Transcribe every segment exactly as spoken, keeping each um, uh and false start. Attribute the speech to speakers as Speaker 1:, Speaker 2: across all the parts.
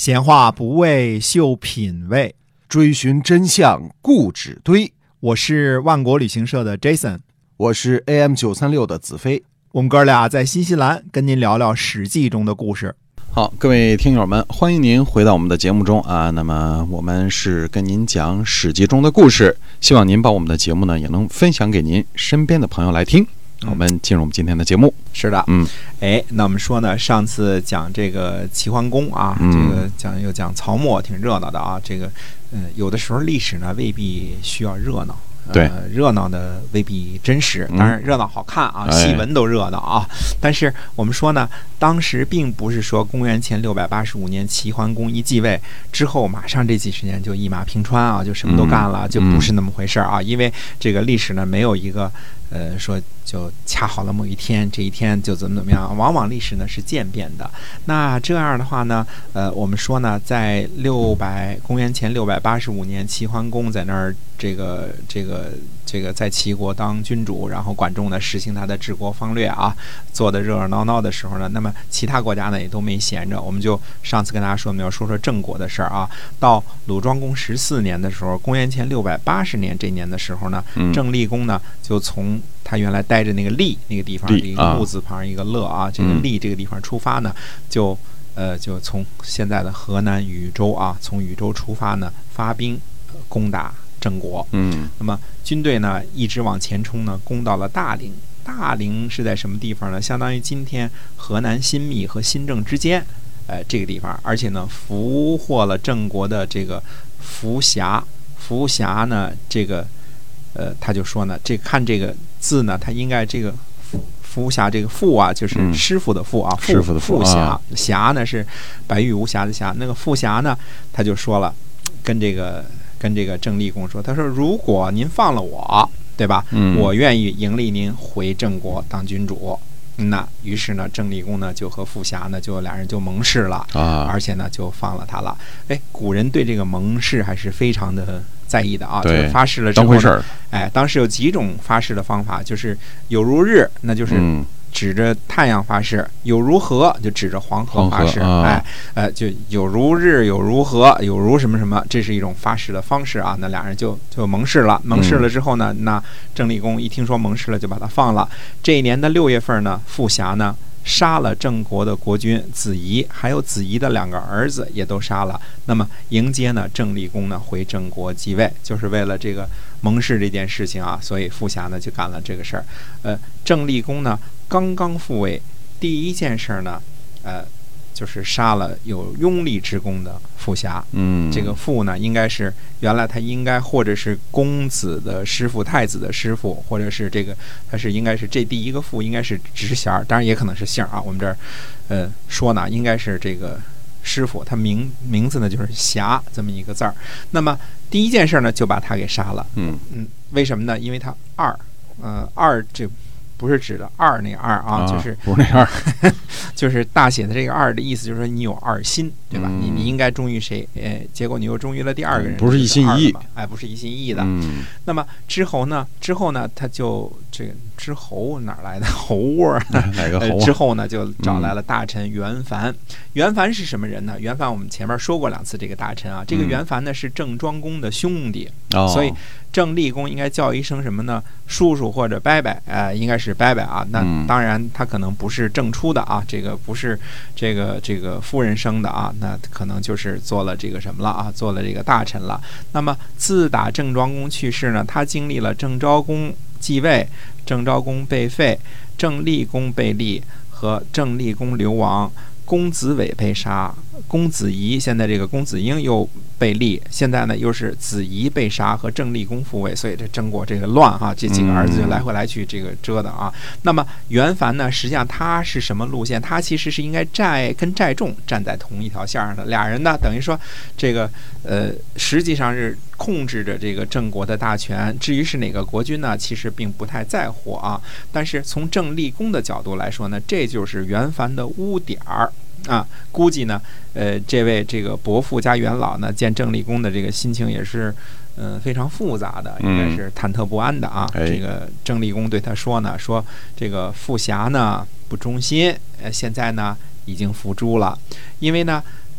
Speaker 1: 闲话不为秀品味，
Speaker 2: 追寻真相固执堆。
Speaker 1: 我是万国旅行社的 Jason，
Speaker 2: 我是 A M 九三六 的子飞。
Speaker 1: 我们哥俩在新西兰跟您聊聊史记中的故事。
Speaker 3: 好，各位听友们，欢迎您回到我们的节目中啊。那么我们是跟您讲史记中的故事，希望您把我们的节目呢也能分享给您身边的朋友来听。我们进入我们今天的节目。
Speaker 1: 是的，
Speaker 3: 嗯，
Speaker 1: 哎，那我们说呢，上次讲这个齐桓公啊，
Speaker 3: 嗯、
Speaker 1: 这个讲又讲曹沫，挺热闹的啊。这个，嗯、呃，有的时候历史呢未必需要热闹。
Speaker 3: 对，
Speaker 1: 呃，热闹的未必真实，当然热闹好看啊，
Speaker 3: 嗯、
Speaker 1: 戏文都热闹啊。哎、但是我们说呢，当时并不是说公元前六百八十五年齐桓公一继位之后，马上这几十年就一马平川啊，就什么都干了，嗯、就不是那么回事啊。因为这个历史呢，没有一个呃说就恰好了某一天，这一天就怎么怎么样，往往历史呢是渐变的。那这样的话呢，呃，我们说呢，在六百公元前六百八十五年，齐桓公在那儿这个这个。这个在齐国当君主，然后管仲呢实行他的治国方略啊，做的热热闹闹的时候呢，那么其他国家呢也都没闲着。我们就上次跟大家说，我们要说说郑国的事儿啊。到鲁庄公十四年的时候，公元前六百八十年这年的时候呢，嗯、郑厉公呢就从他原来待着那个厉那个地方，一个木字旁一个乐啊，这个厉这个地方出发呢，就呃就从现在的河南禹州啊，从禹州出发呢，发兵、呃、攻打郑国。嗯，那么军队呢一直往前冲呢，攻到了大陵。大陵是在什么地方呢？相当于今天河南新密和新郑之间，呃，这个地方，而且呢俘获了郑国的这个伏霞。伏霞呢，这个呃，他就说呢，这看这个字呢，他应该这个伏霞这个父啊，就是师傅的父啊，
Speaker 3: 师傅的父
Speaker 1: 霞，霞呢是白玉无瑕的瑕，那个伏霞呢，他就说了，跟这个。跟这个郑厉公说，他说如果您放了我，对吧？嗯，我愿意迎立您回郑国当君主。那于是呢，郑厉公呢就和伏霞呢就俩人就盟誓了啊，而且呢就放了他了。哎，古人对这个盟誓还是非常的在意的啊。
Speaker 3: 对，
Speaker 1: 发誓了之后
Speaker 3: 当回事。
Speaker 1: 哎，当时有几种发誓的方法，就是有如日，那就是。嗯指着太阳发誓，有如河就指着黄河发誓，
Speaker 3: 啊、
Speaker 1: 哎，呃，就有如日，有如河，有如什么什么，这是一种发誓的方式啊。那俩人就就盟誓了，盟誓了之后呢，嗯、那郑厉公一听说盟誓了，就把他放了。这一年的六月份呢，伏霞呢杀了郑国的国君子仪，还有子仪的两个儿子也都杀了。那么迎接呢郑厉公呢回郑国继位，就是为了这个盟誓这件事情啊，所以伏霞呢就干了这个事儿。呃，郑厉公呢。刚刚复位，第一件事呢，呃，就是杀了有拥立之功的伏霞。嗯，这个父呢，应该是原来他应该或者是公子的师傅、太子的师傅，或者是这个他是应该是这第一个父应该是直衔，当然也可能是姓啊。我们这儿呃说呢，应该是这个师傅，他名名字呢就是霞这么一个字儿。那么第一件事呢，就把他给杀了。嗯嗯，为什么呢？因为他二，呃，二这。不是指的二那二啊，
Speaker 3: 啊
Speaker 1: 就是
Speaker 3: 不是那二，
Speaker 1: 就是大写的这个二的意思，就是说你有二心，对吧？
Speaker 3: 嗯、
Speaker 1: 你你应该忠于谁？哎，结果你又忠于了第二个人，
Speaker 3: 不是一心一意，
Speaker 1: 哎，不是一心一意的。
Speaker 3: 嗯，
Speaker 1: 那么之后呢？之后呢？他就这个之侯哪来的侯窝？
Speaker 3: 哪个侯、啊？
Speaker 1: 之后呢，就找来了大臣袁凡。袁凡是什么人呢？袁凡我们前面说过两次这个大臣啊，这个袁凡呢是郑庄公的兄弟，
Speaker 3: 嗯、
Speaker 1: 所以郑厉公应该叫一声什么呢？叔叔或者伯伯，呃，应该是伯伯啊。那当然他可能不是正出的啊，这个不是这个这个夫人生的啊，那可能就是做了这个什么了啊，做了这个大臣了。那么自打郑庄公去世呢，他经历了郑昭公继位、郑昭公被废、郑厉公被立和郑厉公流亡。公子伟被杀，公子仪现在这个公子婴又被立，现在呢又是子仪被杀和郑厉公复位，所以这郑国这个乱哈、啊，这几个儿子就来回来去这个折腾啊。嗯、那么袁凡呢，实际上他是什么路线？他其实是应该寨跟寨众站在同一条线上的，俩人呢等于说这个呃实际上是控制着这个郑国的大权。至于是哪个国君呢，其实并不太在乎啊。但是从郑厉公的角度来说呢，这就是袁凡的污点儿。啊，估计呢，呃，这位这个伯父加元老呢，见郑厉公的这个心情也是，嗯、呃，非常复杂的，应该是忐忑不安的啊。嗯、这个郑厉公对他说呢，说这个伏霞呢不忠心，呃，现在呢已经伏诛了，因为呢，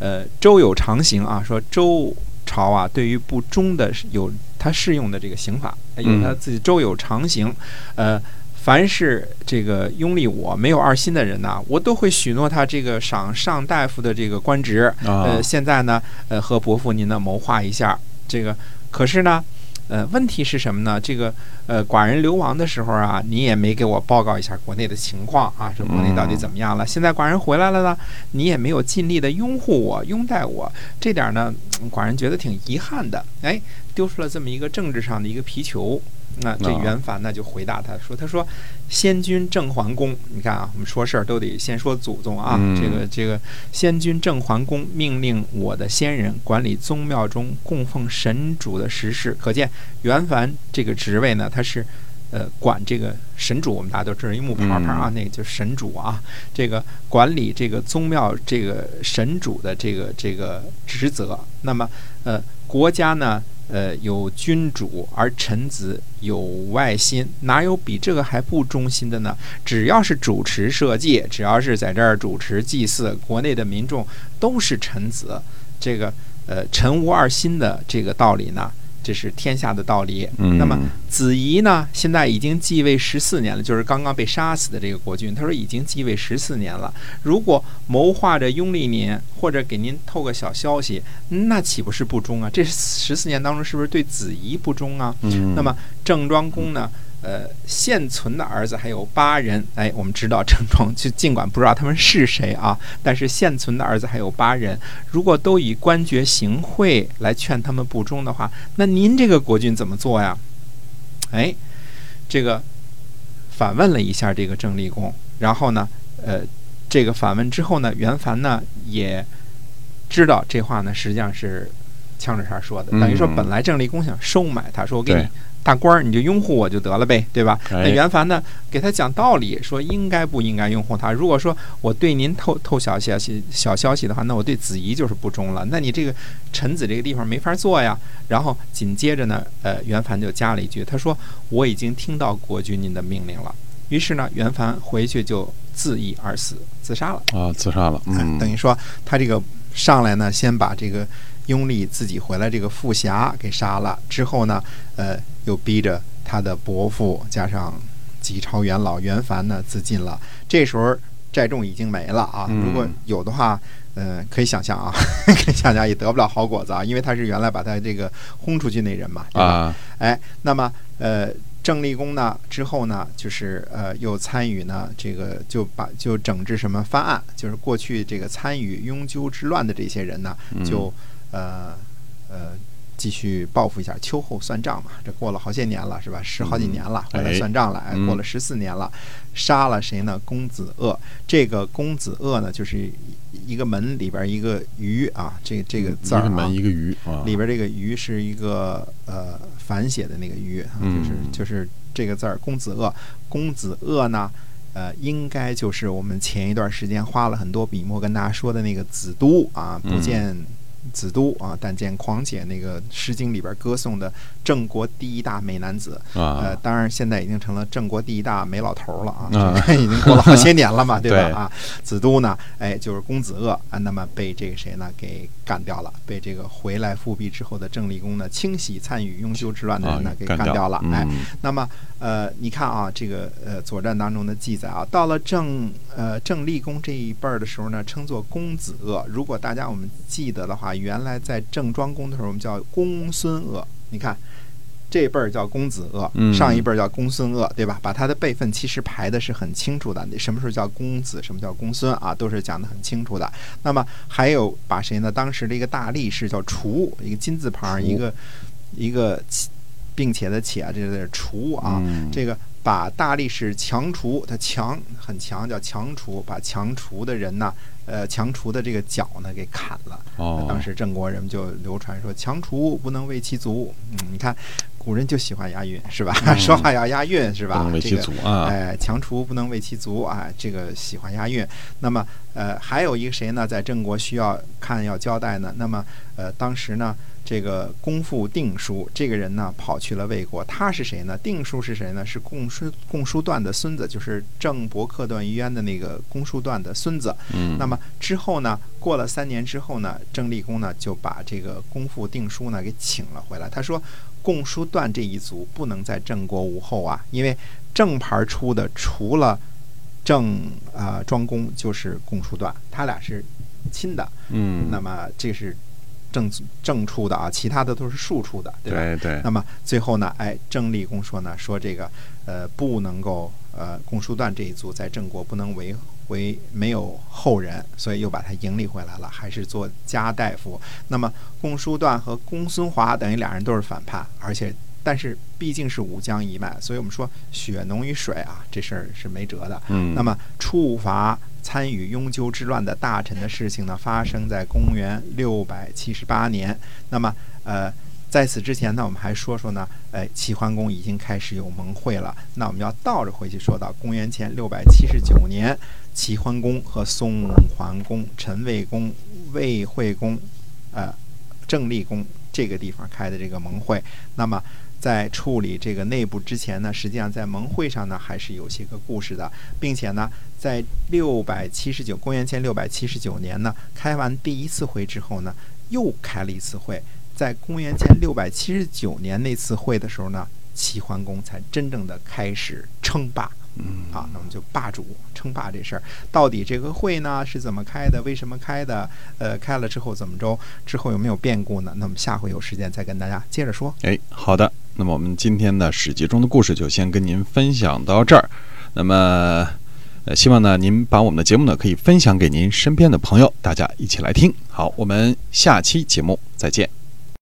Speaker 1: 呃周有常刑啊，说周朝啊对于不忠的有他适用的这个刑法，有他自己周有常刑，呃。凡是这个拥立我没有二心的人呢，我都会许诺他这个赏上大夫的这个官职。呃，现在呢，呃，和伯父您呢谋划一下。这个可是呢，呃，问题是什么呢？这个呃，寡人流亡的时候啊，你也没给我报告一下国内的情况啊，这国内到底怎么样了？现在寡人回来了呢，你也没有尽力的拥护我、拥戴我，这点呢，寡人觉得挺遗憾的。哎，丢出了这么一个政治上的一个皮球。那这袁凡呢就回答他说：“他说，先君郑桓公，你看啊，我们说事儿都得先说祖宗啊。嗯、这个这个，先君郑桓公命令我的先人管理宗庙中供奉神主的实事，可见袁凡这个职位呢，他是呃管这个神主，我们大家都知道一木牌牌啊，那个就是神主啊。这个管理这个宗庙这个神主的这个这个职责。那么呃，国家呢？”呃，有君主而臣子有外心，哪有比这个还不忠心的呢？只要是主持社稷，只要是在这儿主持祭祀，国内的民众都是臣子。这个呃，臣无二心的这个道理呢，这是天下的道理。
Speaker 3: 嗯、
Speaker 1: 那么子仪呢，现在已经继位十四年了，就是刚刚被杀死的这个国君，他说已经继位十四年了。如果谋划着拥立您，或者给您透个小消息，那岂不是不忠啊？这十四年当中，是不是对子仪不忠啊？
Speaker 3: 嗯、
Speaker 1: 那么郑庄公呢？呃，现存的儿子还有八人，哎，我们知道郑庄，就尽管不知道他们是谁啊，但是现存的儿子还有八人，如果都以官爵行贿来劝他们不忠的话，那您这个国君怎么做呀？哎，这个反问了一下这个郑厉公，然后呢，呃，这个反问之后呢，袁凡呢也知道这话呢实际上是呛着茬说的，等于说本来郑厉公想收买他，说我给你大官儿，你就拥护我就得了呗，对吧？那袁凡呢，给他讲道理，说应该不应该拥护他。如果说我对您透透小消息、小消息的话，那我对子仪就是不忠了。那你这个臣子这个地方没法做呀。然后紧接着呢，呃，袁凡就加了一句，他说：“我已经听到国君您的命令了。”于是呢，袁凡回去就自缢而死，自杀了
Speaker 3: 啊，自杀了。嗯，
Speaker 1: 等于说他这个上来呢，先把这个拥立自己回来这个富侠给杀了，之后呢，呃，又逼着他的伯父加上几朝元老袁凡呢自尽了。这时候寨众已经没了啊，如果有的话，呃，可以想象啊，可以想象也得不了好果子啊，因为他是原来把他这个轰出去那人嘛，对吧？
Speaker 3: 啊、
Speaker 1: 哎，那么呃。郑厉公呢之后呢，就是呃又参与呢这个就把就整治什么翻案，就是过去这个参与雍纠之乱的这些人呢，就呃呃继续报复一下，秋后算账嘛。这过了好些年了，是吧？十好几年了，回来算账了，哎，过了十四年了，杀了谁呢？公子鄂。这个公子鄂呢，就是一个门里边一个鱼啊，这这个字儿、啊，
Speaker 3: 一个门一个鱼啊，
Speaker 1: 里边这个鱼是一个呃反写的那个鱼，啊、就是就是这个字儿，公子鄂。公子鄂呢，呃，应该就是我们前一段时间花了很多笔墨跟大家说的那个子都啊，不见子都啊，但见狂且，那个《诗经》里边歌颂的郑国第一大美男子啊，呃，当然现在已经成了郑国第一大美老头了啊，啊已经过了好些年了嘛，对吧？对啊，子都呢，哎，就是公子鄂啊，那么被这个谁呢给干掉了，被这个回来复辟之后的郑厉公呢，清洗参与雍纠之乱的人呢、啊、给干掉了，哎，嗯、那么呃，你看啊，这个呃《左传》当中的记载啊，到了郑呃郑厉公这一辈儿的时候呢，称作公子鄂。如果大家我们记得的话，原来在郑庄公的时候，我们叫公孙鄂。你看，这一辈儿叫公子鄂，上一辈儿叫公孙鄂，对吧？把他的辈分其实排的是很清楚的，什么时候叫公子，什么叫公孙啊，都是讲得很清楚的。那么还有把谁呢？当时的一个大力士叫楚，一个金字旁，一个一个并且的且啊，这是楚啊，嗯、这个。把大力士强除，他强很强，叫强除，把强除的人呢，呃，强除的这个脚呢给砍了。哦，当时郑国人们就流传说，强除不能为其足。嗯，你看古人就喜欢押韵，是吧？嗯、说话要押韵，是吧？
Speaker 3: 不能为其足啊！
Speaker 1: 哎、呃，强除不能为其足啊，这个喜欢押韵。那么，呃，还有一个谁呢？在郑国需要看要交代呢？那么，呃，当时呢？这个公父定叔这个人呢，跑去了魏国。他是谁呢？定叔是谁呢？是公叔公叔段的孙子，就是郑伯克段于鄢的那个公叔段的孙子。嗯，那么么之后呢，过了三年之后呢，郑立公呢就把这个公父定叔呢给请了回来。他说，共叔段这一族不能在郑国无后啊，因为正牌出的除了郑啊、呃、庄公就是共叔段，他俩是亲的。
Speaker 3: 嗯，
Speaker 1: 那么这是正正出的啊，其他的都是庶出的，对吧？
Speaker 3: 对对。
Speaker 1: 那么最后呢，哎，郑立公说呢，说这个呃不能够呃共叔段这一族在郑国不能为为没有后人，所以又把他迎立回来了，还是做家大夫。那么共叔段和公孙华等于俩人都是反叛，而且但是毕竟是武将一脉，所以我们说血浓于水啊，这事儿是没辙的。
Speaker 3: 嗯，
Speaker 1: 那么处罚参与雍纠之乱的大臣的事情呢，发生在公元六百七十八年。那么呃。在此之前呢，我们还说说呢，哎，齐桓公已经开始有盟会了。那我们要倒着回去说到公元前六百七十九年，齐桓公和宋桓公、陈魏公、魏惠公、呃郑立公这个地方开的这个盟会。那么在处理这个内部之前呢，实际上在盟会上呢还是有些个故事的，并且呢，在六百七十九公元前六百七十九年呢，开完第一次会之后呢，又开了一次会。在公元前六百七十九年那次会的时候呢，齐桓公才真正的开始称霸。
Speaker 3: 嗯，
Speaker 1: 啊，那么就霸主称霸这事儿，到底这个会呢是怎么开的？为什么开的？呃，开了之后怎么着？之后有没有变故呢？那么下回有时间再跟大家接着说。
Speaker 3: 哎，好的。那么我们今天的史记中的故事就先跟您分享到这儿。那么，呃，希望呢您把我们的节目呢可以分享给您身边的朋友，大家一起来听。好，我们下期节目再见。